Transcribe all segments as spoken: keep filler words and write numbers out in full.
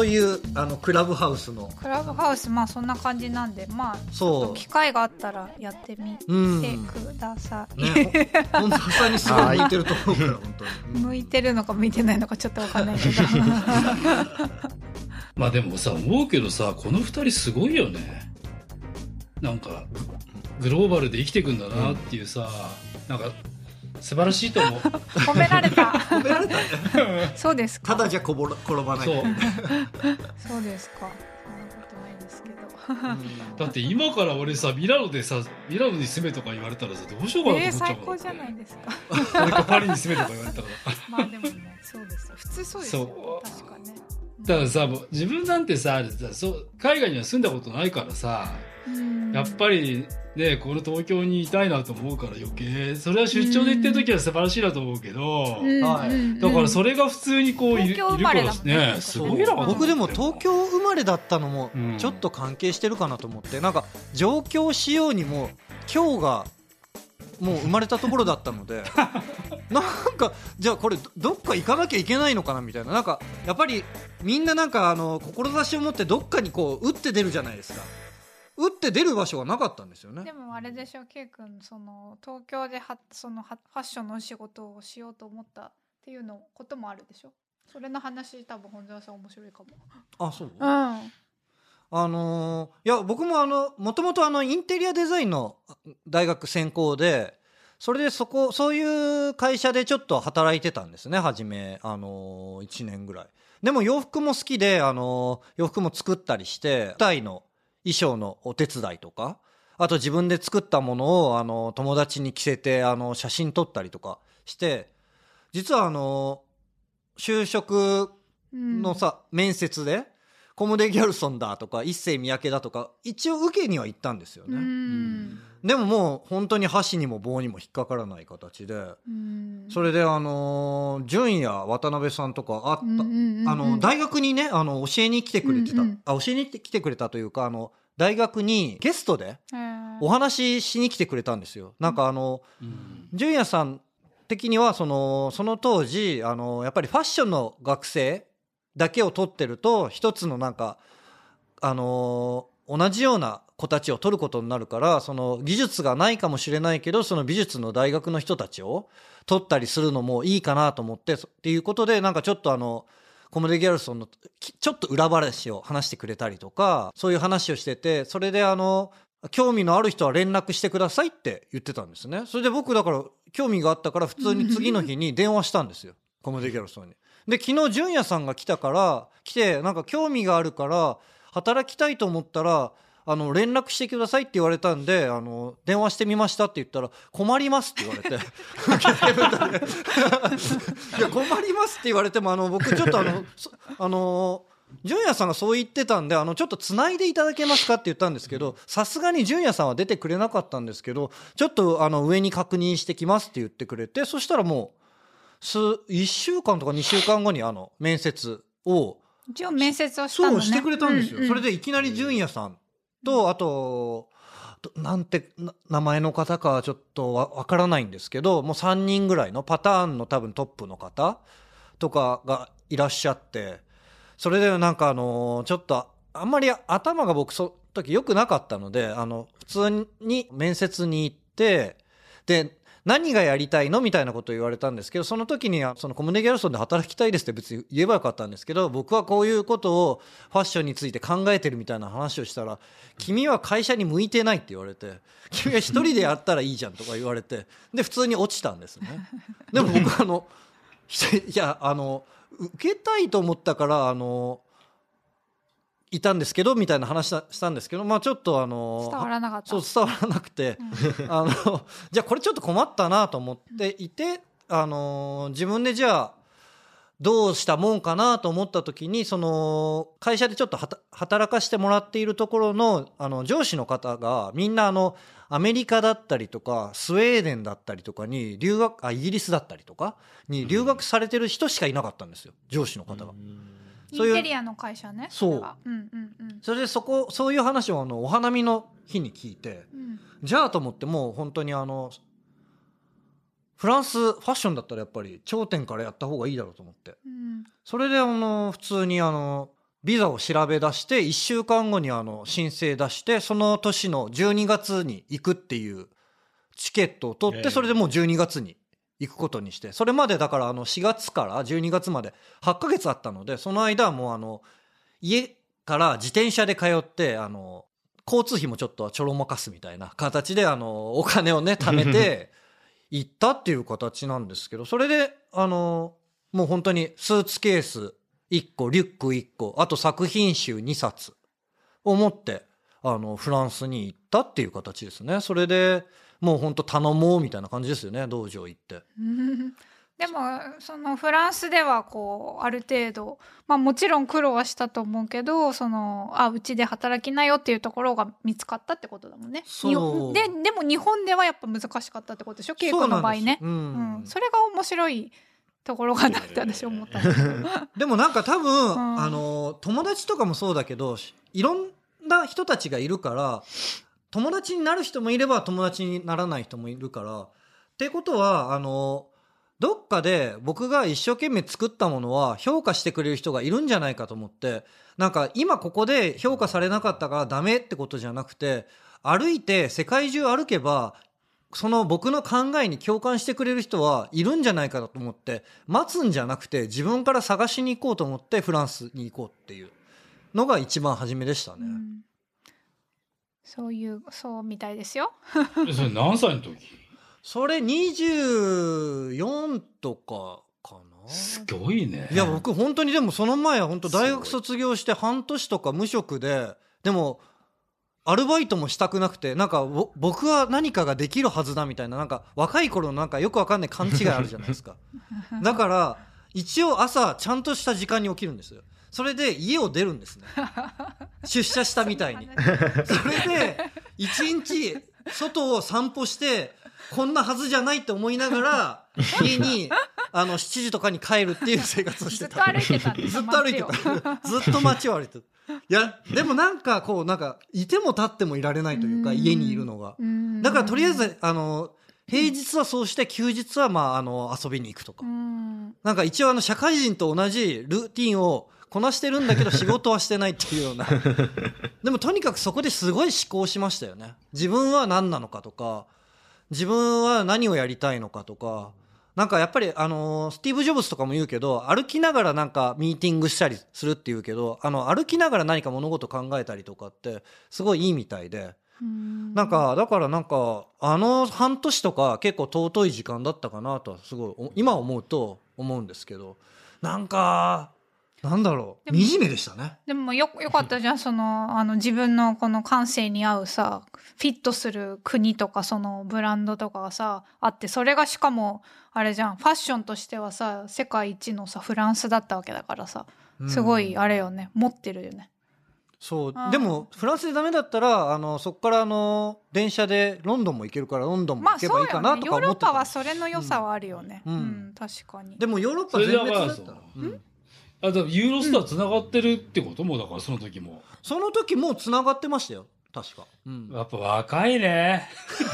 そういうあのクラブハウスのクラブハウス、まあそんな感じなんで、まあそう機会があったらやってみてください、 ね、本当さんにすごい向いてると思うから本当に向いてるのか向いてないのかちょっと分かんないけどまあでもさ、思うけどさ、このふたりすごいよね。なんかグローバルで生きていくんだなっていうさ、うん、なんか素晴らしいと思う。 褒められた褒められたねそうですか。 ただじゃこぼら転ばない。 そうそうですか。そんなことないですけどだって今から俺さ、ミラノでさ、ミラノに住めとか言われたらさ、どうしようかなと思っちゃうもん。 えー、最高じゃないですかそれかパリに住めとか言われたらまあでもね、そうですよ、普通そうですよ、確かね。 だからさ、もう自分なんてさ、そう海外には住んだことないからさ、やっぱりね、この東京にいたいなと思うから余計、それは出張で行ってる時は素晴らしいなと思うけど、はい、だからそれが普通にこういるからね、すごいな。 僕でも東京生まれだったのもちょっと関係してるかなと思って、なんか上京しようにも今日がもう生まれたところだったのでなんかじゃあこれどっか行かなきゃいけないのかなみたいな、なんかやっぱりみんななんかあの志を持ってどっかにこう打って出るじゃないですか。打って出る場所がなかったんですよね。 でもあれでしょ、ケイ君、その東京ではそのファッションの仕事をしようと思ったっていうのこともあるでしょ。それの話多分本沢さん面白いかも。 あ、そう、 うん、あのー、いや僕もあのもともとあのインテリアデザインの大学専攻で、それでそこそういう会社でちょっと働いてたんですね、初め、あのー、いちねんぐらい。でも洋服も好きで、あのー、洋服も作ったりして、舞台の衣装のお手伝いとか、あと自分で作ったものをあの友達に着せてあの写真撮ったりとかして、実はあの就職のさ、うん、面接でコムデ・ギャルソンだとか一世三宅だとか一応受けには行ったんですよね。うん、でももう本当に箸にも棒にも引っかからない形で、うん、それであの純也渡辺さんとかあった、うんうんうん、あの大学にね、あの教えに来てくれてた、うんうん、あ教えに来てくれたというか、あの大学にゲストでお話ししに来てくれたんですよ。なんかあの、うん、純也さん的にはそのその当時あのやっぱりファッションの学生だけを取ってると一つのなんかあの同じような子たちを取ることになるから、その技術がないかもしれないけどその美術の大学の人たちを取ったりするのもいいかなと思ってっていうことで、なんかちょっとあのコムデ・ギャルソンのちょっと裏話を話してくれたりとか、そういう話をしてて、それであの興味のある人は連絡してくださいって言ってたんですね。それで僕だから興味があったから普通に次の日に電話したんですよコムデ・ギャルソンに。で昨日純也さんが来たから来て、なんか興味があるから働きたいと思ったらあの連絡してくださいって言われたんで、あの電話してみましたって言ったら困りますって言われていや困りますって言われてもあの僕ちょっとあのあの純也さんがそう言ってたんで、あのちょっとつないでいただけますかって言ったんですけど、さすがに純也さんは出てくれなかったんですけど、ちょっとあの上に確認してきますって言ってくれて、そしたらもうすいっしゅうかんとかにしゅうかんごにあの面接を一応面接をしたのね。 そうしてくれたんですよ、うんうん、それでいきなり純也さんとあとなんて名前の方かはちょっとわからないんですけど、もうさんにんぐらいのパターンの多分トップの方とかがいらっしゃって、それでなんかあのちょっとあんまり頭が僕その時良くなかったので、あの普通に面接に行って、で何がやりたいのみたいなことを言われたんですけど、その時にはそのコムデ・ギャルソンで働きたいですって別に言えばよかったんですけど、僕はこういうことをファッションについて考えてるみたいな話をしたら、君は会社に向いてないって言われて、君は一人でやったらいいじゃんとか言われて、で普通に落ちたんですね。でも僕あのいやあの受けたいと思ったからあのいたんですけどみたいな話したんですけど、まあちょっとあの伝わらなかった。 そう伝わらなくて、うん、あのじゃあこれちょっと困ったなと思っていて、あの自分でじゃあどうしたもんかなと思った時に、その会社でちょっと働かしてもらっているところのあの上司の方がみんなあのアメリカだったりとかスウェーデンだったりとかに留学、あイギリスだったりとかに留学されてる人しかいなかったんですよ、上司の方が。 インテリアの会社ね。 そう。うんうんうん、それでそこそういう話をあのお花見の日に聞いて、うん、じゃあと思って、もう本当にあのフランスファッションだったらやっぱり頂点からやった方がいいだろうと思って、うん、それであの普通にあのビザを調べ出していっしゅうかんごにあの申請出して、その年のじゅうにがつに行くっていうチケットを取って、それでもうじゅうにがつに行くことにして、それまでだからあのしがつからじゅうにがつまではちかげつあったので、その間はもうあの家から自転車で通って、あの交通費もちょっとちょろまかすみたいな形であのお金をね貯めて行ったっていう形なんですけど、それであのもう本当にスーツケースいっこ、リュックいっこ、あと作品集にさつを持ってあのフランスに行ったっていう形ですね。それでもう本当頼もうみたいな感じですよね、道場行って。 でもそのフランスではこうある程度、まあ、もちろん苦労はしたと思うけど、そのあうちで働きなよっていうところが見つかったってことだもんね。 そうででも日本ではやっぱ難しかったってことでしょ、稽古の場合ね。 そ,、うんうん、それが面白いところかなって私思ったんだけどでもなんか多分、 うん、 あの友達とかもそうだけど、いろんな人たちがいるから、友達になる人もいれば友達にならない人もいるから、ってことはあのどっかで僕が一生懸命作ったものは評価してくれる人がいるんじゃないかと思って、なんか今ここで評価されなかったからダメってことじゃなくて、歩いて世界中歩けばその僕の考えに共感してくれる人はいるんじゃないかと思って、待つんじゃなくて自分から探しに行こうと思ってフランスに行こうっていうのが一番初めでしたね。うん、 そういうそうみたいですよそれ何歳の時？ それにじゅうよんとかかな。 すごいね。 いや僕本当にでもその前は本当大学卒業して半年とか無職で、でもアルバイトもしたくなくて、なんか僕は何かができるはずだみたいな、なんか若い頃のなんかよくわかんない勘違いあるじゃないですかだから一応朝ちゃんとした時間に起きるんですよ。それで家を出るんですね出社したみたいにそれで一日外を散歩して、こんなはずじゃないって思いながら家にあのしちじとかに帰るっていう生活をしてた。 ずっと歩いてたんですずっと歩いてたずっと街を歩いてた。いやでもなんかこうなんかいても立ってもいられないというか、家にいるのが。だからとりあえずあの平日はそうして、休日はまああの遊びに行くとか、なんか一応あの社会人と同じルーティンをこなしてるんだけど仕事はしてないっていうようなでもとにかくそこですごい思考しましたよね。自分は何なのかとか、自分は何をやりたいのかとか、なんかやっぱりあのスティーブ・ジョブズとかも言うけど、歩きながらなんかミーティングしたりするって言うけど、あの歩きながら何か物事考えたりとかってすごいいいみたいで、なんかだからなんかあの半年とか結構尊い時間だったかなとはすごい今思うと思うんですけど、なんかなんだろう、惨めでしたね。 でも よ, よかったじゃん、そのあの自分のこの感性に合うさ、フィットする国とかそのブランドとかがさあって、それがしかもあれじゃん、ファッションとしてはさ世界一のさフランスだったわけだからさ、すごいあれよね、持ってるよね。 そうでもフランスでダメだったらあのそこからあの電車でロンドンも行けるから、ロンドンも行けばいいかなとか思ってた、 まあそうよね、ヨーロッパはそれの良さはあるよね、うんうん、確かに。 でもヨーロッパ全滅だったら、 あ、だからユーロスターつながってるってことも、だからその時もその時もうつながってましたよ確か、うん、 やっぱ若いね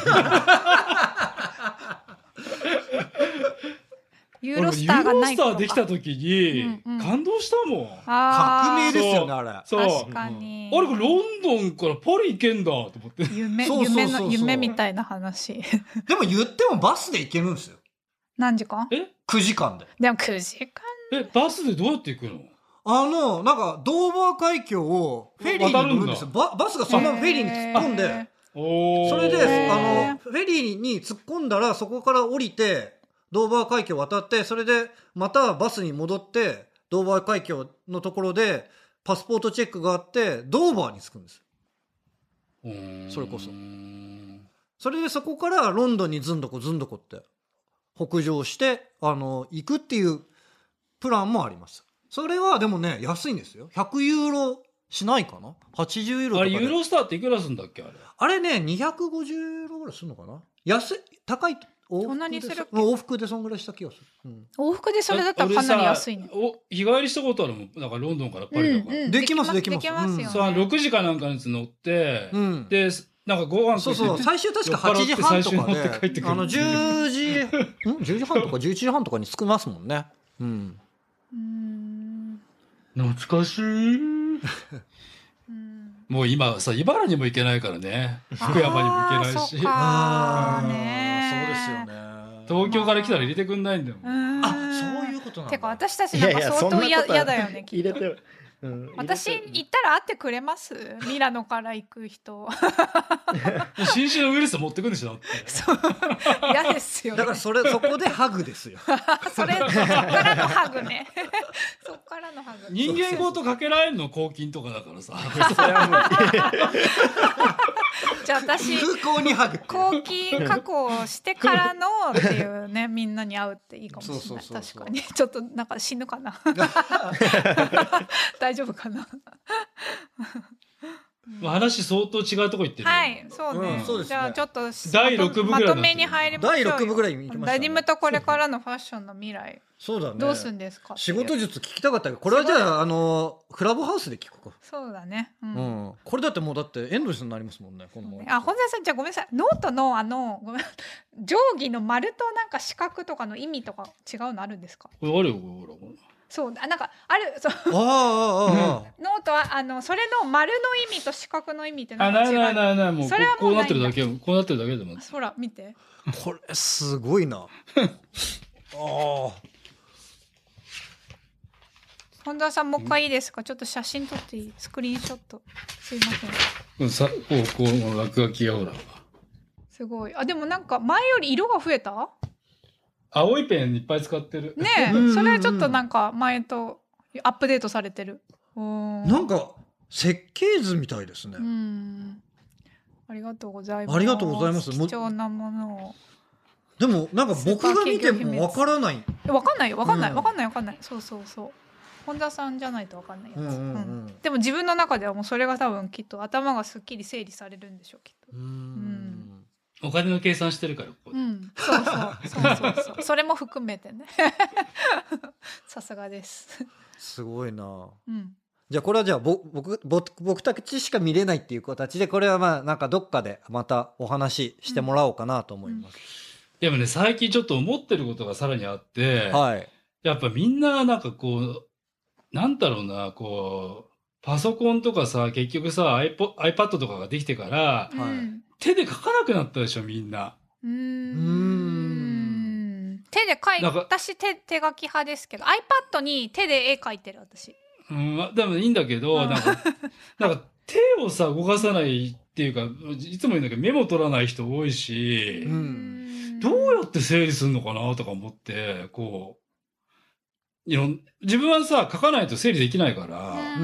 ユーロスターがない頃か。 ユーロスターできた時に感動したもん、うんうん、 革命ですよねあれ。 そう確かに、 うん、あれロンドンからパリ行けんだと思って、 夢、 そうそうそうそう夢の夢みたいな話でも言ってもバスで行けるんですよ。 何時間？ えくじかんで。 でもくじかんえバスでどうやって行くの？ あのなんかドーバー海峡をフェリーに乗るんですよ。 バ, バスがそのままフェリーに突っ込んで、それであのフェリーに突っ込んだらそこから降りてドーバー海峡を渡って、それでまたバスに戻ってドーバー海峡のところでパスポートチェックがあってドーバーに着くんですよ。うーん、それこそそれでそこからロンドンにずんどこずんどこって北上してあの行くっていうプランもあります。それはでもね安いんですよ。ひゃくユーロしないかな、はちじゅうユーロとかで。 あれユーロスターっていくらするんだっけあれ。 あれねにひゃくごじゅうユーロぐらいするのかな。安い、高い、 そんなにするっけ？ 往復でそんぐらいした気がする、うん、 往復でそれだったらかなり安いね。 お日帰りしたことあるもん、なんかロンドンからパリだから、うんうん、 できますできます、 できますよね、うん、 そうろくじかなんかのやつ乗って、うん、でなんかご飯そうそう最終確かはちじはんとかであのじゅうじんじゅうじはんとかじゅういちじはんとかに着きますもんね。うん、 うーん懐かしいうん、 もう今さ茨城にも行けないからね、福山にも行けないし、 あーねそうですよね。 東京から来たら入れてくんないんだよ。 あ、そういうことなんだ。 てか私たちなんか相当嫌だよね。 入れて、うん、 私行ったら会ってくれます？ミラノから行く人。 新種のウイルス持ってくんでしょ。 そう嫌ですよ、ね。 だからそれそこでハグですよ。 それそっからのハグね。そっからのハグ。 人間ごとかけられるの抗菌とかだからさ。 じゃあ私空港にハグ。 抗菌加工してからのっていうね、みんなに会うっていいかもしれない。そうそうそうそう、確かにちょっとなんか死ぬかな。大丈夫かな。 まあ話相当違うとこ行ってる。 はい、そうね。 うん、そうですね。 じゃあちょっとだいろくぶぐらいまとめに入りましょう。 だいろくぶぐらい行きましたね。 ダニムとこれからのファッションの未来。 そうだね。 どうすんですか。 仕事術聞きたかったけど、これはじゃああのクラブハウスで聞くか。 そうだね。うん。 うん、これだってもうだってエンドレスになりますもんね。このね、あ、本田さんじゃあごめんなさい。ノートのあのごめん定規の丸となんか四角とかの意味とか違うのあるんですか。 これあるよほら。 そうあなんかあるそうああああノートはあのそれの丸の意味と四角の意味ってなんか違う。あないないないないもうそれはこうなってるだけこうなってるだけでも。 ほら見て。 これすごいな。ああ。 本田さんもう一回いいですか。ちょっと写真撮っていい？スクリーンショット。すいません。 さこうこう落書きがほら。 すごい。あでもなんか前より色が増えた？ 青いペンいっぱい使ってる。 ねえ、それはちょっとなんか前とアップデートされてる。 なんか設計図みたいですね。 うん。ありがとうございます。 ありがとうございます。 貴重なものを。 でもなんか僕が見てもわからない。 わかんないよ、わかんない、わかんない、わかんない。そうそうそう。本田さんじゃないとわかんないやつ。うんうんうんうん、でも自分の中ではもうそれが多分きっと頭がすっきり整理されるんでしょうきっと。うん。うんお金の計算してるから。 うん、そうそうそうそうそう。それも含めてね。さすがです。 すごいな。 うん。 じゃあこれはじゃあ僕僕僕たちしか見れないっていう形でこれはまあなんかどっかでまたお話ししてもらおうかなと思います。うんうん、 でもね最近ちょっと思ってることがさらにあって、 はい。 やっぱみんななんかこうなんだろうなこうパソコンとかさ結局さ iPod, iPad とかができてから、はい、手で書かなくなったでしょみんな。 うーん手で書いて私 手, 手書き派ですけど iPad に手で絵描いてる私。 うん、でもいいんだけど、なんか、なんか手をさ、動かさないっていうか、いつも言うんだけどメモ取らない人多いし、うん、どうやって整理するのかなとか思って、こう、いろん、自分はさ、書かないと整理できないから、うん。うん、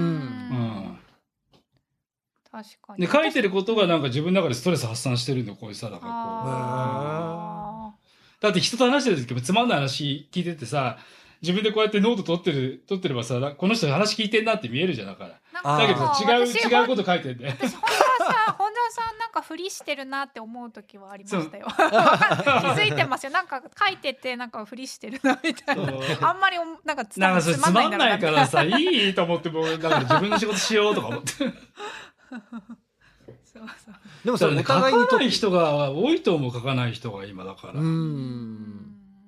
確かに。 で、書いてることがなんか自分の中でストレス発散してるんだよ、こういうさ、だからこう。だって人と話してる時もつまんない話聞いててさ、自分でこうやってノート取ってる、取ってればさ、この人話聞いてんなって見えるじゃん、だから。だけどさ、違う、違うこと書いてんで。 私、本田さん、本田さんなんかふりしてるなって思う時はありましたよ。気づいてますよ。なんか書いてて、なんかふりしてるな、みたいな。あんまり、なんかつまんないんだろうな。 なんかそれつまんないからさ、いいと思って、もう、だから自分の仕事しようとか思って。そうそう。 でもそれ、 お互いに書かない人が多いと思う、書かない人が今だから。うん。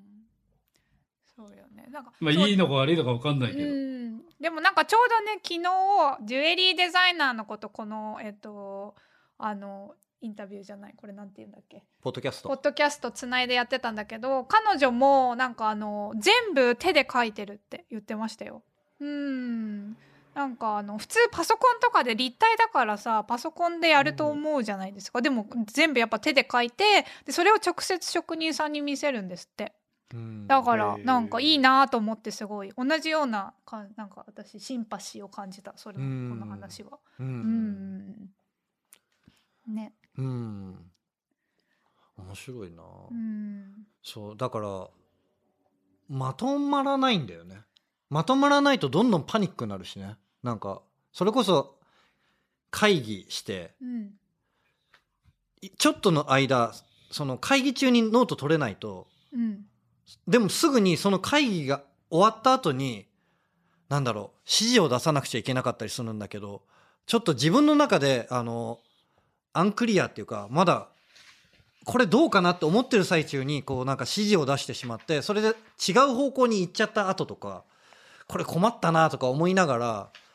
なんかまあいいのか悪いのか分かんないけど、うん、 でもなんかちょうどね昨日ジュエリーデザイナーのことこのえっとあのインタビューじゃないこれなんて言うんだっけポッドキャストポッドキャストつないでやってたんだけど彼女もなんかあの全部手で書いてるって言ってましたよ。うんなんかあの普通パソコンとかで立体だからさパソコンでやると思うじゃないですか、うん、でも全部やっぱ手で書いてでそれを直接職人さんに見せるんですって。だからなんかいいなと思ってすごい同じようなかなんか私シンパシーを感じたそれもこの話は。うんうんね。 うん面白いな。うんそうだからまとまらないんだよね。まとまらないとどんどんパニックになるしね。なんかそれこそ会議して、うん、ちょっとの間その会議中にノート取れないと、うんでもすぐにその会議が終わった後になんだろう指示を出さなくちゃいけなかったりするんだけどちょっと自分の中であのアンクリアっていうかまだこれどうかなって思ってる最中にこうなんか指示を出してしまってそれで違う方向に行っちゃった後とかこれ困ったなとか思いながら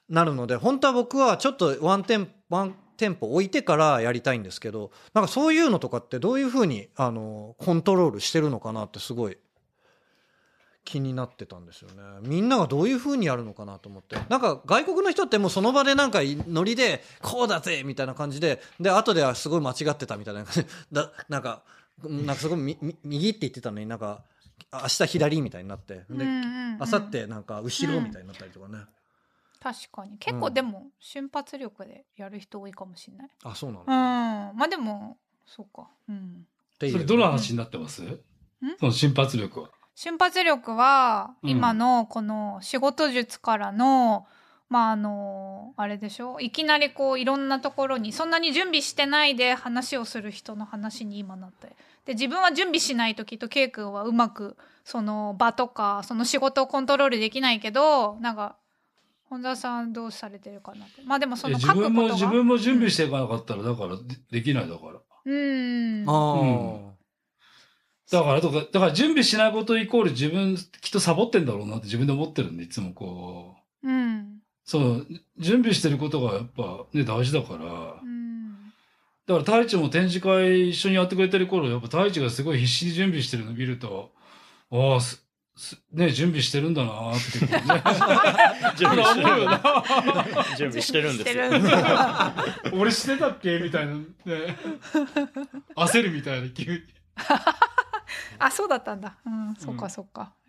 なるので、本当は僕はちょっとワンテンワンテンポ置いてからやりたいんですけど、なんかそういうのとかってどういうふうにあのコントロールしてるのかなってすごい気になってたんですよね。みんながどういうふうにやるのかなと思って、なんか外国の人ってもうその場でなんかノリでこうだぜみたいな感じで、で後ではすごい間違ってたみたいな感じだ、なんかなんかすごいみみ右って言ってたのになんか明日左みたいになって、で明後日なんか後ろみたいになったりとかね、うん、 確かに結構でも瞬発力でやる人多いかもしれない。 あ、そうなの、 うん、まあでもそうか、うん、 それどの話になってます、うん、その瞬発力は。 瞬発力は今のこの仕事術からの、うん、まああのあれでしょ、いきなりこういろんなところにそんなに準備してないで話をする人の話に今なって、で自分は準備しないときっと K 君はうまくその場とかその仕事をコントロールできないけど、なんか本田さんどうされてるかなって。まあでもその書くことが、 自分も自分も準備していかなかったら、だからできないだから。 うん。 ああ、うん。 だからとかだから準備しないことイコール自分きっとサボってんだろうなって自分で思ってるんで、いつもこう。うん。 そう準備してることがやっぱね大事だから。 うん。 だから太一も展示会一緒にやってくれてる頃、やっぱ太一がすごい必死に準備してるのを見ると、ああす。ね、準備してるんだなってこう、ね、 準備してるよな準備してるんですよ俺してたっけみたいな、ね、焦るみたいな急にあ、そうだったんだ、うん、そっかそっか、うん、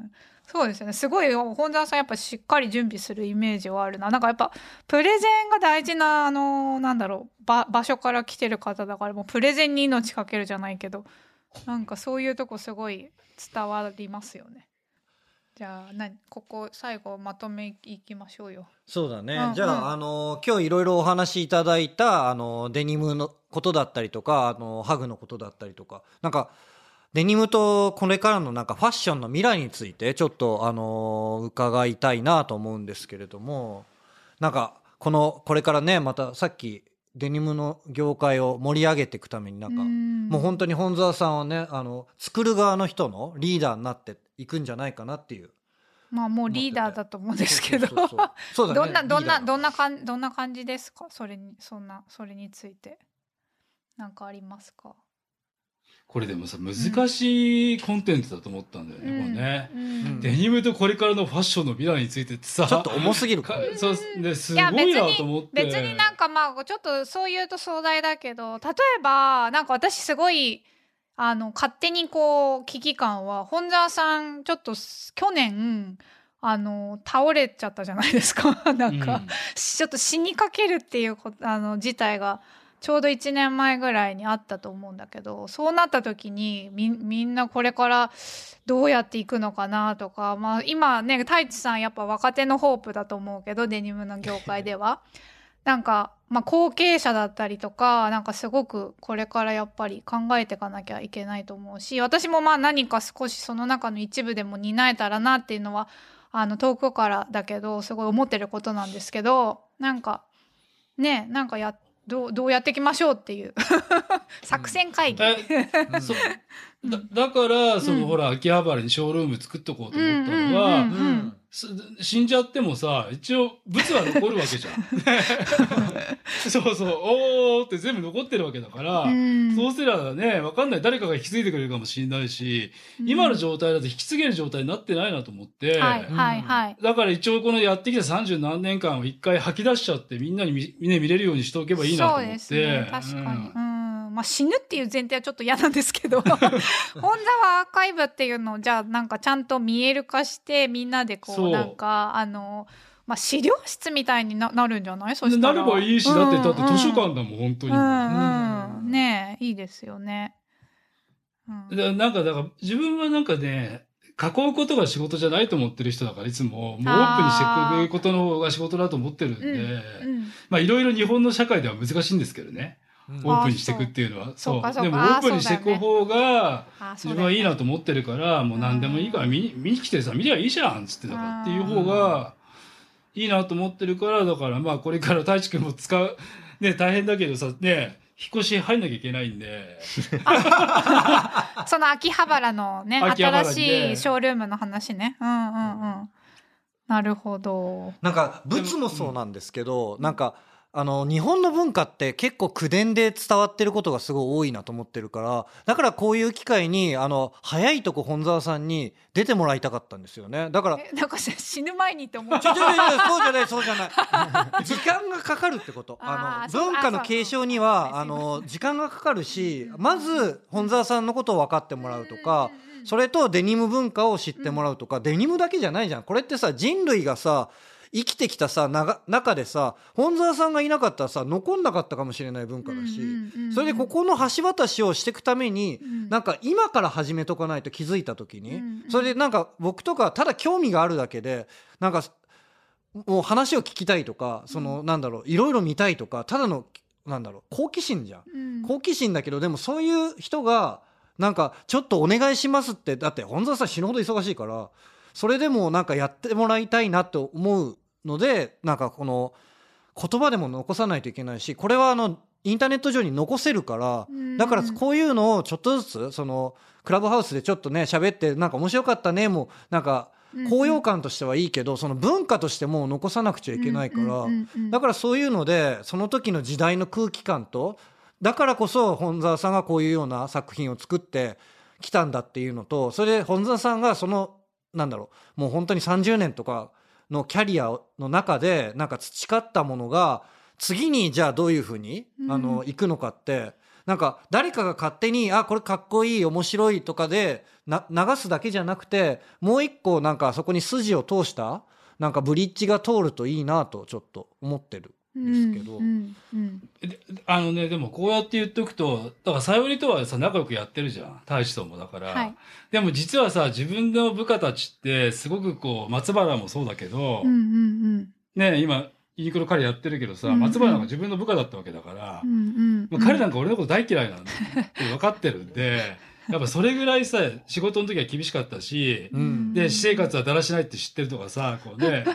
そうですよね。すごい本田さんやっぱしっかり準備するイメージはあるな。なんかやっぱプレゼンが大事なあのなんだろう 場, 場所から来てる方だから、もうプレゼンに命かけるじゃないけど、なんかそういうとこすごい伝わりますよね。じゃあ何ここ最後まとめいきましょうよ。 そうだね、 うんうん、 じゃあ、あの今日いろいろお話しいただいたあのデニムのことだったりとか、あのハグのことだったりとか、なんかデニムとこれからのなんかファッションの未来についてちょっとあの伺いたいなと思うんですけれども、なんかこのこれからね、またさっきデニムの業界を盛り上げていくためになんかうんもう本当に本沢さんはね、あの作る側の人のリーダーになっていくんじゃないかなっていう。 まあもうリーダーだと思うんですけど、 そうそうそうそうだね、 どんなどんなリーダーどんなかんどんな感じですか。それにそんなそれについてなんかありますか。 これでもさ難しいコンテンツだと思ったんだよね、 うんこれね、 うん、 デニムとこれからのファッションの未来についてってさちょっと重すぎるかそうですごいなと思って。 別に、別になんかまあちょっとそう言うと壮大だけど、例えばなんか私すごいあの勝手にこう危機感は、本沢さんちょっと去年あの倒れちゃったじゃないですかなんか、うん、ちょっと死にかけるっていうあの事態がちょうどいちねんまえぐらいにあったと思うんだけど、そうなった時に み, みんなこれからどうやっていくのかなとか、まあ、今ね太一さんやっぱ若手のホープだと思うけどデニムの業界ではなんか、まあ、後継者だったりとかなんかすごくこれからやっぱり考えていかなきゃいけないと思うし、私もまあ何か少しその中の一部でも担えたらなっていうのはあの遠くからだけどすごい思ってることなんですけど、なんかねなんかやってどう、どうやっていきましょうっていう作戦会議、 うん、そだ, だからその、うん、ほら秋葉原にショールーム作っとこうと思ったのは、うんうんうんうん、死んじゃってもさ一応物は残るわけじゃんそうそうおーって全部残ってるわけだから、うん、そうすればね分かんない誰かが引き継いでくれるかもしれないし、うん、今の状態だと引き継げる状態になってないなと思って、 はいはいはい、 だから一応このやってきたさんじゅうなんねんかんを一回吐き出しちゃってみんなに 見, ね、見れるようにしておけばいいなと思って。 そうですね、確かに、うんまあ、死ぬっていう前提はちょっと嫌なんですけど本沢アーカイブっていうのをじゃあなんかちゃんと見える化してみんなでこうなんかあの、まあ、資料室みたいに な, なるんじゃない？そしたらなればいいし、うん、だってだって図書館だもん本当に、 うんうん、ねえいいですよね、 うん、だなんかだから自分はなんかね囲うことが仕事じゃないと思ってる人だからいつももうオープンにしていくことの方が仕事だと思ってるんで、うんうん、まあいろいろ日本の社会では難しいんですけどね、うん、オープンにしていくっていうのはそうそうでもオープンにしていく方が自分はいいなと思ってるから、もう何でもいいから見に、見に来てさ見りゃいいじゃんっつってだからっていう方がいいなと思ってるから、だからまあこれから太一くんも使うね大変だけどさね引っ越し入んなきゃいけないんでその秋葉原のね秋葉原にね新しいショールームの話ね、うんうんうんなるほど。 なんか仏もそうなんですけど、なんかあの日本の文化って結構口伝で伝わってることがすごい多いなと思ってるから、だからこういう機会にあの早いとこ本沢さんに出てもらいたかったんですよね。だからえなんか死ぬ前にって思っちょちょちょそうじゃないそうじゃない時間がかかるってことあの文化の継承にはあの時間がかかるし、まず本沢さんのことを分かってもらうとか、それとデニム文化を知ってもらうとか、デニムだけじゃないじゃん。これってさ人類がさ生きてきたさな中でさ本沢さんがいなかったらさ残んなかったかもしれない文化だし、それでここの橋渡しをしていくために、なんか今から始めとかないと気づいた時に、それでなんか僕とかただ興味があるだけでなんかもう話を聞きたいとか、そのなんだろういろいろ見たいとか、ただのなんだろう好奇心じゃん、好奇心だけど、でもそういう人がなんかちょっとお願いしますって、だって本沢さん死ぬほど忙しいから、それでもなんかやってもらいたいなと思うので、なんかこの言葉でも残さないといけないし、これはあのインターネット上に残せるから、だからこういうのをちょっとずつそのクラブハウスでちょっとね喋ってなんか面白かったねもなんか高揚感としてはいいけど、その文化としても残さなくちゃいけないから、だからそういうのでその時の時代の空気感と、だからこそ本沢さんがこういうような作品を作ってきたんだっていうのと、それで本沢さんがそのなんだろうもう本当にさんじゅうねんとかのキャリアの中でなんか培ったものが次にじゃあどういうふうにあの行くのかって、なんか誰かが勝手にあこれかっこいい面白いとかでな流すだけじゃなくて、もう一個なんかそこに筋を通したなんかブリッジが通るといいなとちょっと思ってるんですけど、 うんうんうんであのねでもこうやって言っとくと、だからさよりとはさ仲良くやってるじゃん太一ともだから、 はい、 でも実はさ自分の部下たちってすごくこう松原もそうだけど、 うんうんうんね今ユニクロ彼やってるけどさ、うんうん、松原なんか自分の部下だったわけだから、 うんうんうん、 彼なんか俺のこと大嫌いなんだって分かってるんでやっぱそれぐらいさ仕事の時は厳しかったし、うん、で私生活はだらしないって知ってるとかさこうね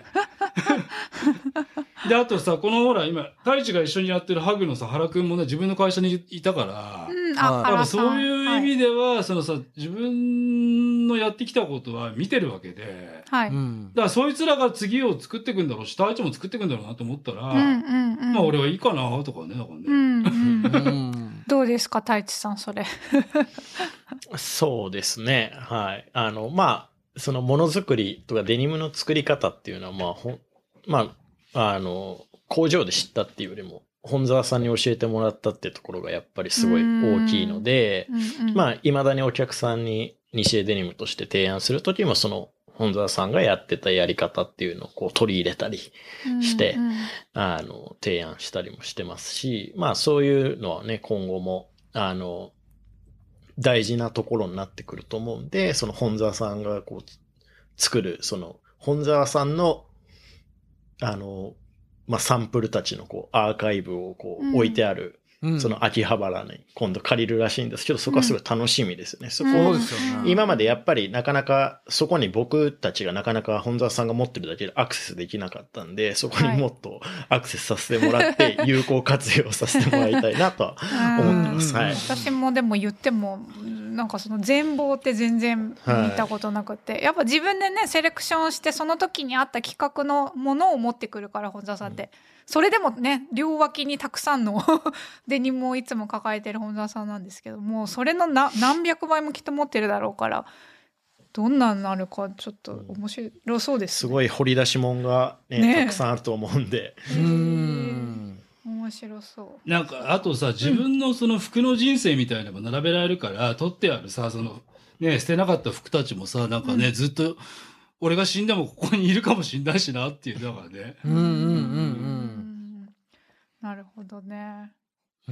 であとさこのほら今太一が一緒にやってるハグのさ原くんもね自分の会社にいたから、 うん、 あやっぱそういう意味では、はい、そのさ自分のやってきたことは見てるわけで、はい、だからそいつらが次を作っていくんだろうし太一も作っていくんだろうなと思ったら、うんうんうん、まあ俺はいいかなとかねだからね、うんうんどうですか太一さんそれそうですねはいあのまあそのものづくりとかデニムの作り方っていうのはまあほまああの工場で知ったっていうよりも本沢さんに教えてもらったってところがやっぱりすごい大きいので、うんうん、まあ未だにお客さんに西江デニムとして提案するときもその本沢さんがやってたやり方っていうのをこう取り入れたりして、うんうん、あの提案したりもしてますし、まあそういうのはね今後もあの大事なところになってくると思うんで、その本沢さんがこう作るその本沢さんのあのまあサンプルたちのこうアーカイブをこう置いてある、うんその秋葉原に今度借りるらしいんですけど、そこはすごい楽しみですよね。うん、そこ、 そうですよね。 今までやっぱりなかなかそこに僕たちがなかなか本沢さんが持ってるだけでアクセスできなかったんで、そこにもっとアクセスさせてもらって有効活用させてもらいたいなとは思ってます。はい、 私もでも言ってもなんかその全貌って全然見たことなくて、はい、やっぱ自分でねセレクションしてその時に合った企画のものを持ってくるから本沢さんって、うん、それでもね両脇にたくさんのデニムをいつも抱えてる本沢さんなんですけども、それのな何百倍もきっと持ってるだろうから、どんなになるかちょっと面白そうです、ね、 すごい掘り出し物が、ねね、たくさんあると思うんで、 うーん面白そう。 なんかあとさ自分のその服の人生みたいなのも並べられるから、取ってあるさそのね捨てなかった服たちもさなんかね、うん、ずっと俺が死んでもここにいるかもしれないしなっていうだからね。 うんうんうんうんなるほどね。 うん。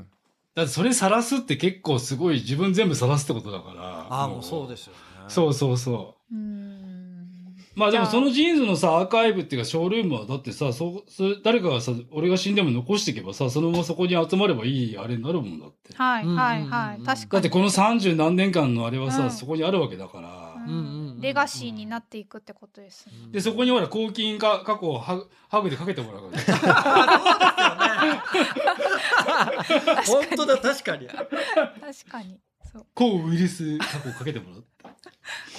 だってそれ晒すって結構すごい自分全部晒すってことだから。 ああもうそうですよね。 そうそうそう。うんまあでもそのジーンズのさアーカイブっていうかショールームはだってさそそ誰かがさ俺が死んでも残していけばさそのままそこに集まればいいあれになるもんだって。 はいはいはい確かに。 だってこのさんじゅう何年間のあれはさ、うん、そこにあるわけだから。 うんうん、レガシーになっていくってことです、ね、 でそこにほら公金か過去をハグ、ハグでかけてもらうから本当だ確かに確かにそう抗ウイルス過去をかけてもらう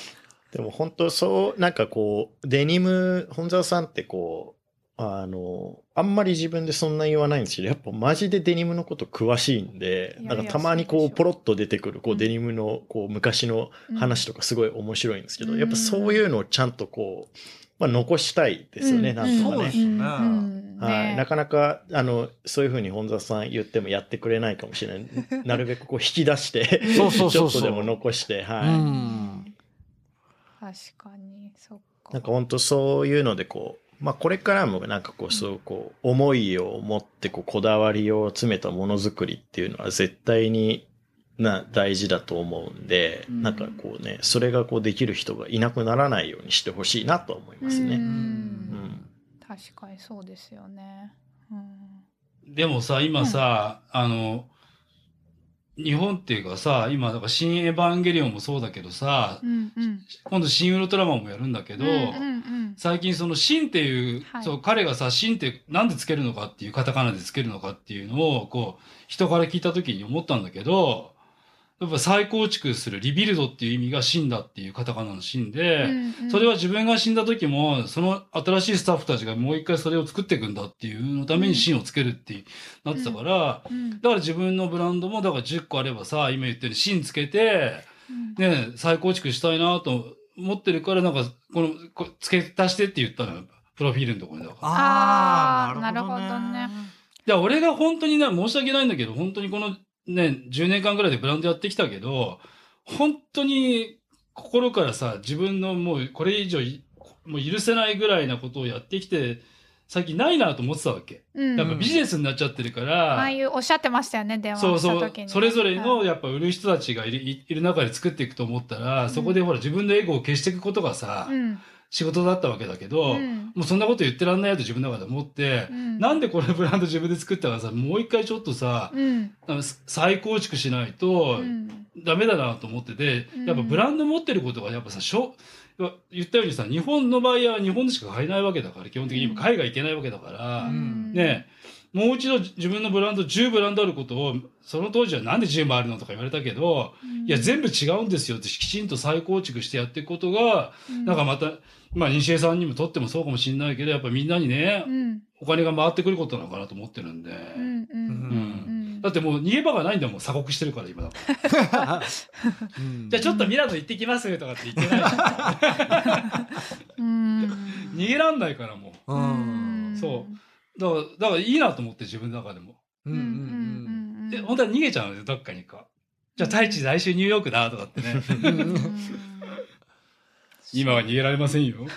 でも本当そう、なんかこう、デニム、本沢さんってこう、あの、あんまり自分でそんな言わないんですけど、やっぱマジでデニムのこと詳しいんで、 いやいやなんかたまにこう、 そうでしょポロッと出てくる、こう、 うんデニムの、こう、昔の話とかすごい面白いんですけど、 うんやっぱそういうのをちゃんとこう、まあ残したいですよね、 うんなんとかね。 そうですねうんうんはい。 ねなかなか、あの、そういうふうに本沢さん言ってもやってくれないかもしれない。なるべくこう引き出して、 そうそうそうそうちょっとでも残して、はい。 うん確かにそっか。 なんか本当そういうのでこう、まあこれからもなんかこう、そうこう、思いを持ってこう、こだわりを詰めたものづくりっていうのは絶対にな、大事だと思うんで、 うんなんかこうね、それがこうできる人がいなくならないようにしてほしいなと思いますね。 うんうん。 確かにそうですよね。うんでもさ、今さ、あの、日本っていうかさ、今、だから新エヴァンゲリオンもそうだけどさ、 うんうん今度新ウルトラマンもやるんだけど、 うんうんうん最近そのシンっていう、 はいそう彼がさ、シンってなんでつけるのかっていう、カタカナでつけるのかっていうのを、こう、人から聞いた時に思ったんだけど、やっぱ再構築する、リビルドっていう意味がシンだっていうカタカナのシンで、 うんうんそれは自分が死んだ時も、その新しいスタッフたちがもう一回それを作っていくんだっていうのためにシンをつけるってなってたから、 うんだから自分のブランドも、だからじゅっこあればさ、今言ったようにシンつけて、 うんね、再構築したいなと思ってるから、なんか、この、こ付け足してって言ったのよ。プロフィールのところにだから。 ああ、 あーなるほどね。 なるほどねいや、俺が本当にね、申し訳ないんだけど、本当にこのね、じゅうねんかんぐらいでブランドやってきたけど、本当に心からさ、自分のもうこれ以上いもう許せないぐらいなことをやってきて、最近ないなと思ってたわけ。 うんやっぱビジネスになっちゃってるから、 ああいうおっしゃってましたよね、電話そうそうした時にね。 それぞれのはいやっぱ売る人たちがいるいいる中で作っていくと思ったら、そこでほら自分のエゴを消していくことがさ、 うん仕事だったわけだけど、 うんもうそんなこと言ってらんないよと自分の中で思って、 うんなんでこれブランド自分で作ったからさ、もう一回ちょっとさ、 うんあの再構築しないとうんダメだなと思ってて、 うんやっぱブランド持ってることがやっぱさ、しょ言ったようにさ、日本の場合は日本でしか買えないわけだから、基本的に今海外行けないわけだから、 うんねえ、もう一度自分のブランド、じゅうブランドあることを、その当時はなんでじゅうもあるのとか言われたけど、いや、全部違うんですよってきちんと再構築してやっていくことが、なんかまた、まあ、西江さんにもとってもそうかもしれないけど、やっぱみんなにね、 うんお金が回ってくることなのかなと思ってるんで。 うんうんうんだってもう逃げ場がないんだもん、鎖国してるから今だから。 うんじゃあちょっとミラノ行ってきますとかって言ってないから。 うん逃げらんないからもう。 うんそうだから、だからいいなと思って自分の中でも。 うんうんで、本当は逃げちゃうんですよ、どっかにか。じゃあ、太一来週ニューヨークだとかってね。今は逃げられませんよ。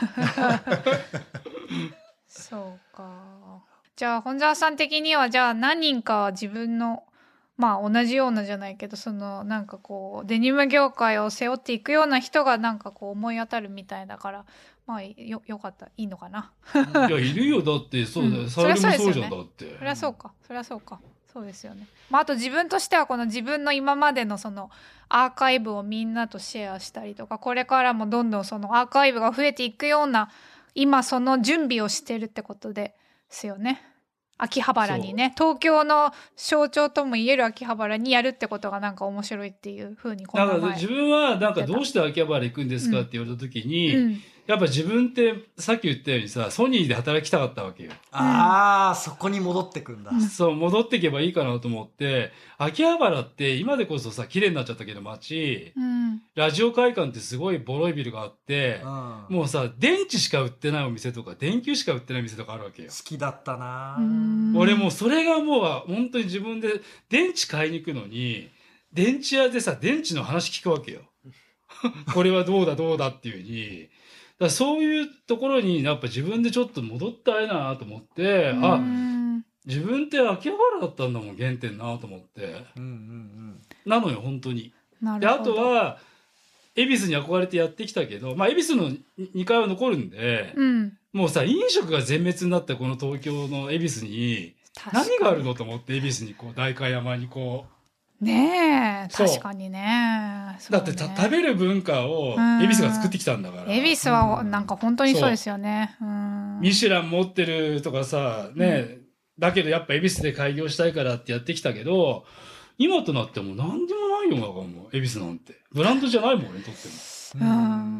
そうか。じゃあ本沢さん的にはじゃあ何人かは自分のまあ同じようなじゃないけどそのなんかこうデニム業界を背負っていくような人がなんかこう思い当たるみたいだからまあよよかったいいのかな。 いや、いるよ。だって、そうだよ。 うん沙織もそりゃそうそうじゃん、 ですよねだって。 そりゃそうかそりゃそうかそうですよね。まああと自分としてはこの自分の今までのそのアーカイブをみんなとシェアしたりとかこれからもどんどんそのアーカイブが増えていくような今その準備をしてるってことですよね。秋葉原にね東京の象徴ともいえる秋葉原にやるってことがなんか面白いっていうふうにこの前だから自分は、なんかどうして秋葉原行くんですかって言われた時に、 うんやっぱ自分ってさっき言ったようにさ、ソニーで働きたかったわけよ。 ああ、そこに戻ってくんだ。 そう、戻っていけばいいかなと思って、秋葉原って今でこそさ、綺麗になっちゃったけど街、 うんラジオ会館ってすごいボロいビルがあって、 うんもうさ、電池しか売ってないお店とか、電球しか売ってない店とかあるわけよ。 好きだったなう。ん俺もうそれがもう本当に自分で電池買いに行くのに、電池屋でさ、電池の話聞くわけよ。これはどうだどうだっていう風に。だからそういうところにやっぱ自分でちょっと戻ったいなと思って、 うあ、 ん自分って秋葉原だったんだもん、原点なと思って。 うんうんなのよ、本当に。で、あなるほどとは、恵比寿に憧れてやってきたけど、まあ、恵比寿のにかいは残るんで、 うんもうさ、飲食が全滅になったこの東京の恵比寿に、 確かに何があるのと思って、恵比寿にこう、代官山にこねえそう確かにねう、だってた食べる文化をうん恵比寿が作ってきたんだから。 恵比寿はなんか本当にそうですよね。うんミシュラン持ってるとかさ、ね、だけどやっぱ恵比寿で開業したいからってやってきたけど、今となってもう何でもないよ、だからもう、恵比寿なんて。ブランドじゃないもん、俺にとっても。 うん。 うん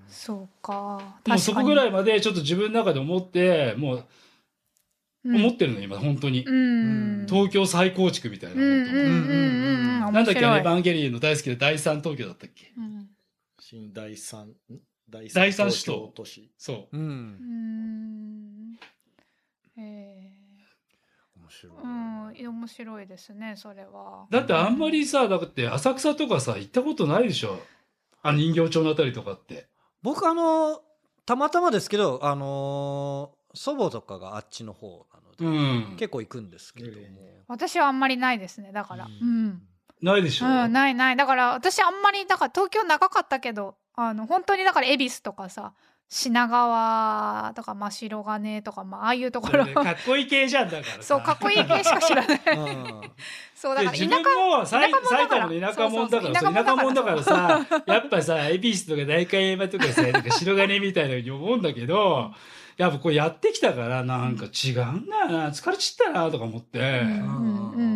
そうか。 もうそこぐらい、 いまでちょっと自分の中で思ってもう思ってるの、今本当に、 うん、 東京再構築みたいな、 うんうんうんうんうん、 なんだっけ、エヴァンゲリオンの大好きな第三東京だったっけ、 うん、 新第三第第三三首都都市。 そう、 うん、 うんえー、 面白い、 うん、面白いですねそれは。 だってあんまりさ、だって浅草とかさ行ったことないでしょ、あの人形町のあたりとかって。 僕あのたまたまですけど、あのー、祖母とかがあっちの方なので、 うん、 結構行くんですけども、 私はあんまりないですねだから、うん、うん、 ないでしょ、 うん、ないない。だから私あんまりだから東京長かったけど、あの本当にだから恵比寿とかさ、品川とか真白金とか、まあ、ああいうところ、 ね、かっこいい系じゃんだからさそうかっこいい系しか知らないそうだから田舎自分も埼玉の田舎者だから田舎者だからさやっぱさ恵比寿とか代官山とかさなんか白金みたいなふうに思うんだけどやっぱこうやってきたからなんか違うんだよな、疲れちったなとか思って、うんうんうん、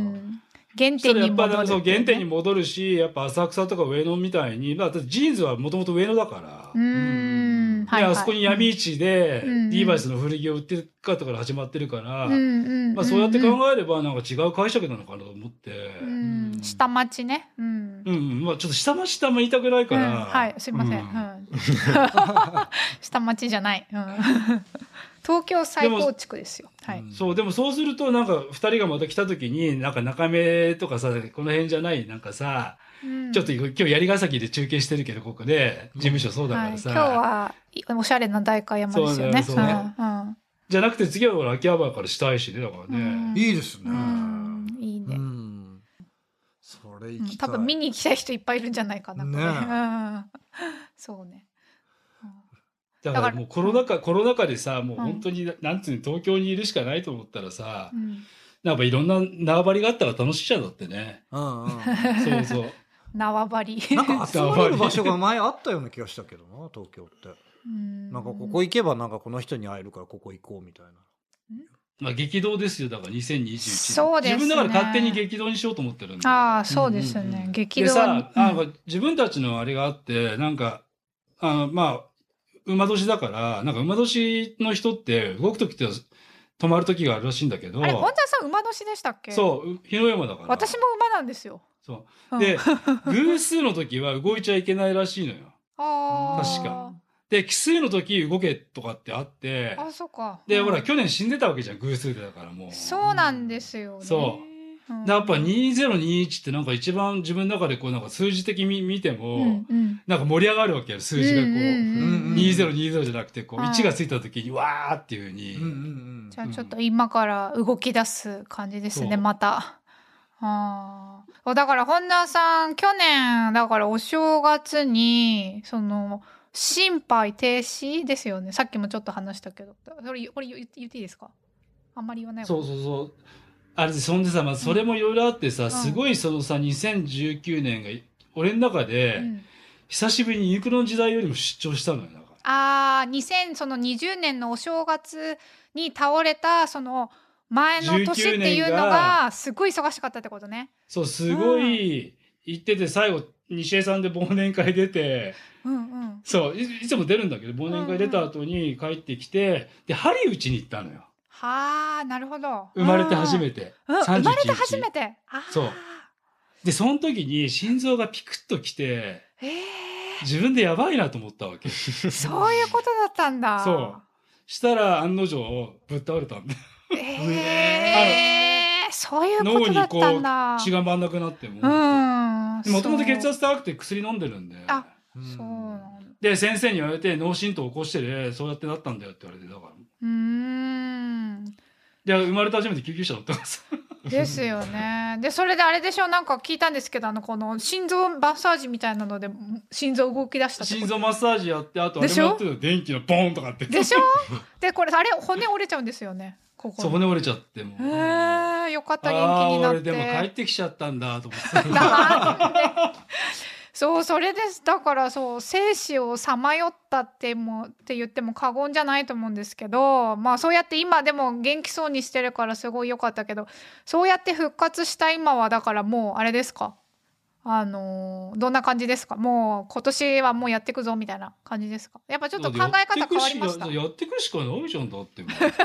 原点に戻る、ね、 そう原点に戻るし、やっぱ浅草とか上野みたいに、まあ、ジーンズはもともと上野だから、 うんで、はいはい、あそこに闇市で、 うん、 リーバイスの古着を売ってる方から始まってるから、 うんうんまあ、そうやって考えればなんか違う解釈なのかなと思って、 うん、下町ね、うんうん、まあ、ちょっと下町ってあんま言いたくないから、うん、 はいすいません、うん、下町じゃない、うん東京再構築ですよ。はい。 そう、でもそうするとなんかふたりがまた来た時になんか中目とかさ、この辺じゃないなんかさ、うん、ちょっと今日槍ヶ崎で中継してるけどここで事務所そうだからさ、 はい、今日はおしゃれな代官山ですよね。そうね、うんうん、 じゃなくて次は秋葉原からしたいしね、だからね、 うん、いいですね、うん、 いいね、うん、 それ行きたい、 多分見に行きたい人いっぱいいるんじゃないかな、ね、これ、うん、そうね。 だからもうコロナ禍、コロナ禍でさ、もう本当に、うん、なんつうの、東京にいるしかないと思ったらさ、うん、なんかいろんな縄張りがあったら楽しいじゃんだってね。うんうん、そうそう。 縄張り。 なんか集まれる場所が前あったような気がしたけどな、東京って。うんなんかここ行けばなんかこの人に会えるからここ行こうみたいな。 まあ激動ですよ、だからにせんにじゅういちねん。 そうですね。 自分だから勝手に激動にしようと思ってるんで。 ああ、そうですよね。うんうん、激動。 でさ、なんか自分たちのあれがあって、なんか、あの、まあ、馬年だから、なんか馬年の人って動くときって止まるときがあるらしいんだけど。 あれ、本田さん馬年でしたっけ？ そう、日の山だから。 私も馬なんですよ。 そう。で、偶数の時は動いちゃいけないらしいのよ。 ああ。 確か。で、奇数の時動けとかってあって。 あ、そうか。 で、うん、ほら、去年死んでたわけじゃん、偶数でだからもう。 そうなんですよね。 そう。やっぱにせんにじゅういちってなんか一番自分の中でこうなんか数字的に見ても、うんうん、なんか盛り上がるわけよ、数字がこう。うんうんうん、にせんにじゅうじゃなくて、こう、いちがついた時にわーっていう風に、うんうんうん。 じゃあちょっと今から動き出す感じですね、また。あだから本田さん、去年、だからお正月に、その、心肺停止ですよね。さっきもちょっと話したけど。それ、これ言っていいですか？あんまり言わないそうそうそう。あれで、そんでさ、まあ、それもいろいろあってさ、うん、すごいそのさ、にせんじゅうきゅうねんが、俺の中で、うん、久しぶりにユニクロの時代よりも出張したのよ。なんかああ、にせんにじゅうねんのお正月に倒れた、その、前の年っていうのが、すごい忙しかったってことね。 そう、すごい、行ってて、最後、西江さんで忘年会出て、 うんうん、 そうい、いつも出るんだけど、忘年会出た後に帰ってきて、うんうん、で、ハリウチに行ったのよ。 はあ、なるほど。 生まれて初めて。 うん、生まれて初めて。 そう。で、その時に心臓がピクッときて、 えー、 自分でやばいなと思ったわけ。 そういうことだったんだ。 そう。したら案の定ぶっ倒れたんだ。 えー、そういうことだったんだ。 脳にこう血が回んなくなっても。もともと血圧高くて薬飲んでるんで。 あ、そうなんだ。 で、先生に言われて脳震盪起こしてる、そうやってなったんだよって言われて、だから。 うーん。 で、生まれて初めて救急車乗ってます。 ですよね。で、それであれでしょ、なんか聞いたんですけど、あの、この心臓マッサージみたいなので、心臓動き出したってこと。 心臓マッサージやって、あとあれもやってるの、電気のボーンとかって。 でしょで、これ、あれ、骨折れちゃうんですよね。ここそう、骨折れちゃっても。 へー、よかった、元気になって。 あ、俺でも帰ってきちゃったんだ、と思って。 そう、それです。だからそう、生死をさまよったってもって言っても過言じゃないと思うんですけど、まあそうやって今でも元気そうにしてるからすごい良かったけど、そうやって復活した今はだからもうあれですか？ あのー、どんな感じですか？もう今年はもうやっていくぞみたいな感じですか？やっぱちょっと考え方変わりました？ やっていくしかないじゃんだって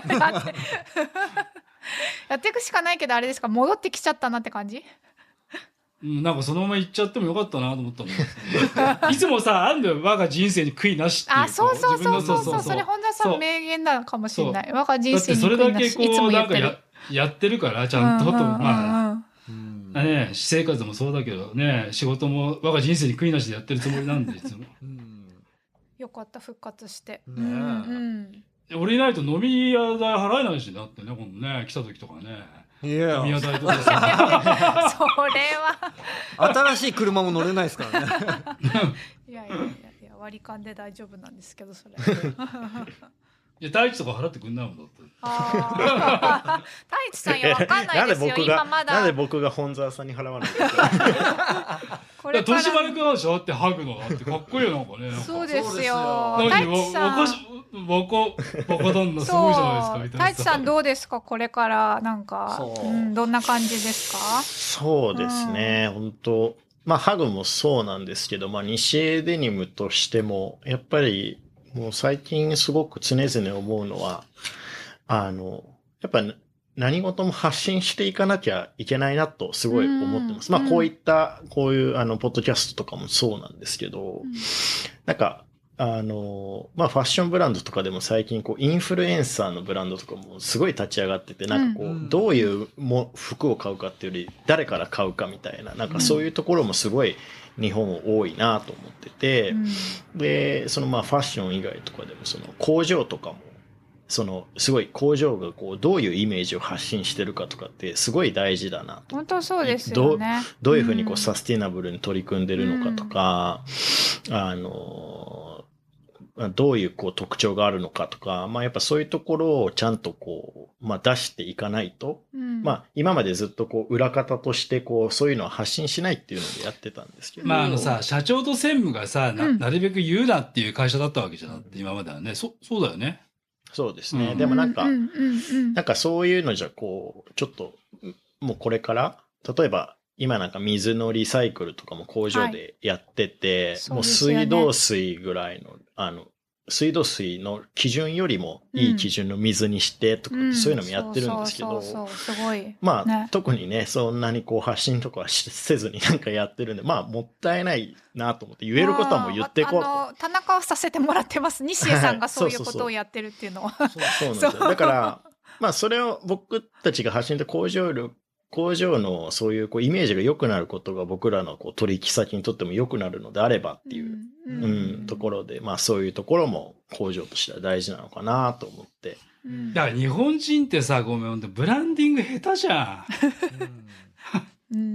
やっていくしかないけどあれですか、戻ってきちゃったなって感じ？ うん、なんかそのまま行っちゃってもよかったなと思ったんだけどいつもさあんだよ、我が人生に悔いなしっていう。 あ、そうそうそうそうそう、それ本田さん名言なのかもしれない。我が人生に悔いなし。 だってそれだけこうなんか や, やってるからちゃんと、うんうんうんうん、まあね、私生活もそうだけどね、仕事も我が人生に悔いなしでやってるつもりなんでいつも、うん、 よかった復活して、ね、 うんうん、俺いないと飲み屋代払えないしだってね、今度ね来た時とかね、いや飲み屋代とかさそれは新しい車も乗れないですからねいやいやいやいや、割り勘で大丈夫なんですけどそれいや太一とか払ってくんないもんだって。 あ太一さん、いやわかんないですよ今まだ。 なんで僕が本沢さんに払わないのこれから豊島君なんでしょってハグのあってかっこいいよなんかね。なんかそうですよ。 太一さん、若若旦那すごいじゃないですかみたいな。 太一さんどうですかこれからなんか、うん、どんな感じですか？ そうですね、うん、本当まあハグもそうなんですけど、まあ西江デニムとしてもやっぱりもう最近すごく常々思うのは、あの、やっぱ何事も発信していかなきゃいけないなとすごい思ってます。まあこういった、こういうあの、ポッドキャストとかもそうなんですけど、うん、なんか、あの、まあファッションブランドとかでも最近こうインフルエンサーのブランドとかもすごい立ち上がってて、なんかこう、うん、どういうも服を買うかっていうより誰から買うかみたいな、なんかそういうところもすごい日本多いなと思ってて、うん、で、そのまあファッション以外とかでもその工場とかも、そのすごい工場がこうどういうイメージを発信してるかとかってすごい大事だなと。 本当そうですよね。 どう、どういうふうにこうサスティナブルに取り組んでるのかとか、うん、あの、どういうこう特徴があるのかとか、まあやっぱそういうところをちゃんとこう、まあ出していかないと、うん、まあ今までずっとこう裏方としてこうそういうのを発信しないっていうのでやってたんですけど。 まああのさ、社長と専務がさ、な、なるべく言うなっていう会社だったわけじゃなくて、今まではね。そ、そうだよね。 そうですね。うん、でもなんか、なんかそういうのじゃこう、ちょっと、もうこれから、例えば、今なんか水のリサイクルとかも工場でやってて、はい、もう水道水ぐらいの、あの、水道水の基準よりもいい基準の水にしてとか、うん、そういうのもやってるんですけど、まあ、ね、特にね、そんなにこう発信とかはせずになんかやってるんで、まあ、もったいないなと思って、言えることはもう言っていこうと。 あの、田中はさせてもらってます。西江さんがそういうことをやってるっていうのは。 そうそうなんですよ。だから、まあ、それを僕たちが発信で工場力、工場のそういうこうイメージが良くなることが僕らのこう取引先にとっても良くなるのであればっていう、うんうん、ところで、まあそういうところも工場としては大事なのかなと思って。 うん、だから日本人ってさ、ごめん、ブランディング下手じゃん。 うん、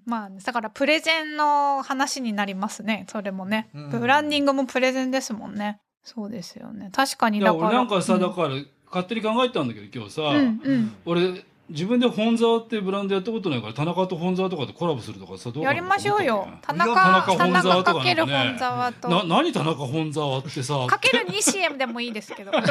まあ、だからプレゼンの話になりますね。それもね。ブランディングもプレゼンですもんね。そうですよね。確かにだから。 いや、俺なんかさ、うん、だから勝手に考えたんだけど今日さ、うんうん、俺、自分で本沢っていうブランドやったことないから、田中と本沢とかでコラボするとかさ、どうやりましょうよ。田中、田中かける本沢と。 な、何田中本沢ってさ。 かけるにシーエム でもいいですけど。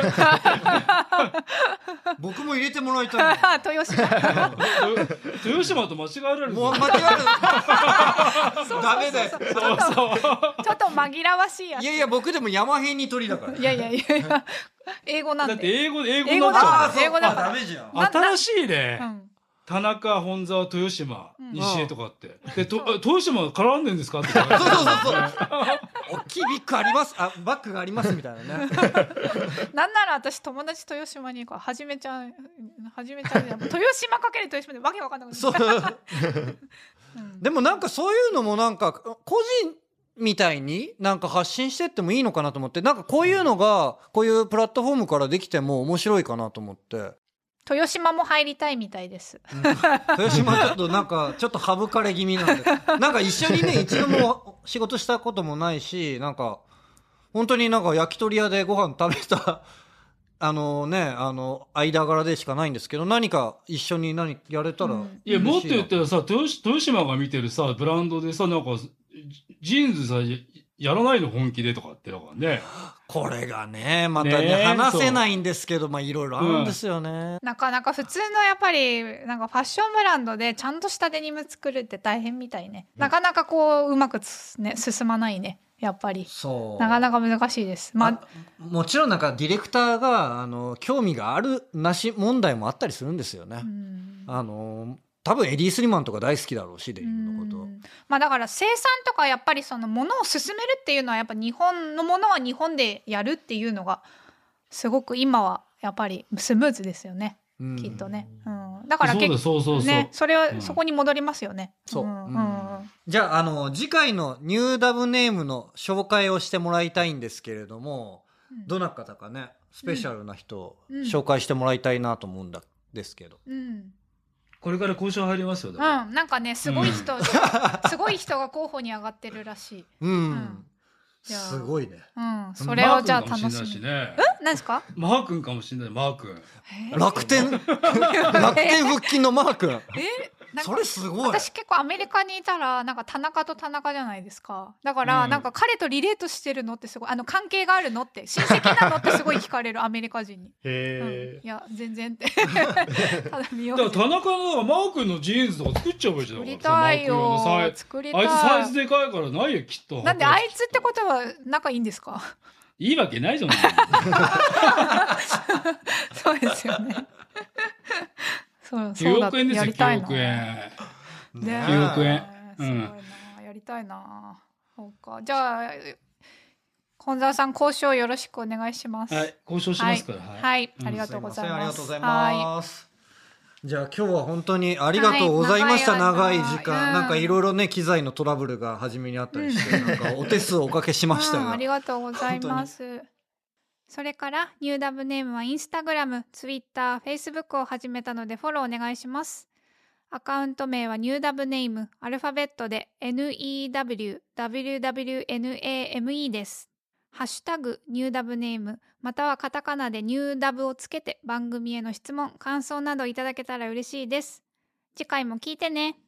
僕も入れてもらいたい。 豊島。 豊島と間違えられる。 もう間違えられる。ダメだよ。 ちょっと紛らわしいやつ。 いやいや、僕でも山辺に鳥だから。 いやいやいや。英語なんで。 だって英語、英語になっちゃう。 英語だから。 ダメじゃん。 新しいね。うん、田中、本沢、豊島、うん、西江とかって。で、と、豊島絡んでんですかって。そうそうそうそう。 大きいビッグあります。あ、バッグがありますみたいなね。 なんなら私友達豊島に行くから、はじめちゃん、はじめちゃんで、豊島かける豊島でわけわかんなくなる。そう。 うん、でもなんかそういうのもなんか、個人、みたいになんか発信してってもいいのかなと思って、なんかこういうのがこういうプラットフォームからできても面白いかなと思って。 豊島も入りたいみたいです、 うん、豊島ちょっとなんかちょっと省かれ気味なんでなんか一緒にね一度も仕事したこともないし、なんか本当になんか焼き鳥屋でご飯食べたあのね、あの間柄でしかないんですけど、何か一緒に何やれたら、うん、 いやもっと言ったらさ、豊島が見てるさブランドでさ、なんかジーンズさやらないの本気でとかってだからね。 これがね、またね、 ねえ話せないんですけど、まあいろいろあるんですよね。 なかなか普通のやっぱりなんかファッションブランドでちゃんとしたデニム作るって大変みたいね。なかなかこううまくつ、ね、進まないね。やっぱりそうなかなか難しいです。まあ、 あもちろんなんかディレクターがあの興味があるなし問題もあったりするんですよね。 うん、 あの多分エディ・スリマンとか大好きだろうしデニムのこと。 まあだから生産とかやっぱりそのものを進めるっていうのはやっぱ日本のものは日本でやるっていうのがすごく今はやっぱりスムーズですよね、うん、きっとね、うん、だから結構そうそうそうそう、 ね、それは、 うん、 そこに戻りますよね。 そう、 うんうんうん、 じゃあ、あの次回のニューダブネームの紹介をしてもらいたいんですけれども、うん、どなたかねスペシャルな人を紹介してもらいたいなと思うんだですけど、 うんうんこれから交渉入りますよ。 うん、なんかねすごい人、うん、すごい人が候補に上がってるらしい。 うん、うん、すごいね。 うん、それをじゃあ楽しみ。 ね、 うん、何ですか？ マー君かもしれない。マー君。 楽天楽天復帰のマー君。 え？ それすごい。 私結構アメリカにいたらなんか田中と田中じゃないですか。だからなんか彼とリレートしてるのってすごい、あの関係があるのって親戚なのってすごい聞かれるアメリカ人に。へー、うん、いや全然ってただ見よう。 だから田中のマー君のジーンズとか作っちゃうわけじゃん。 作りたいよ。作りたい。 あいつサイズでかいからないよきっと。 なんであいつってことは仲いいんですか？ いいわけないじゃん。 そうですよね。そうきゅうおくえんですよ。きゅうおくえん。きゅうおくえん。 すごいな、やりたいな。そうか。じゃあ本沢さん交渉よろしくお願いします。 はい、交渉しますから。 はい、はい、ありがとうございます。 ありがとうございます。じゃあ今日は本当にありがとうございました。はい、長い時間、うん、なんかいろいろね機材のトラブルが初めにあったりして、うん、なんかお手数をおかけしましたが、 うん、ありがとうございます。それからニューダブネームはインスタグラム、ツイッター、フェイスブックを始めたのでフォローお願いします。アカウント名はニューダブネーム、アルファベットで ニューダブリューダブリューダブリューエヌエーエムイー です。ハッシュタグニューダブネームまたはカタカナでニューダブをつけて番組への質問、感想などいただけたら嬉しいです。次回も聞いてね。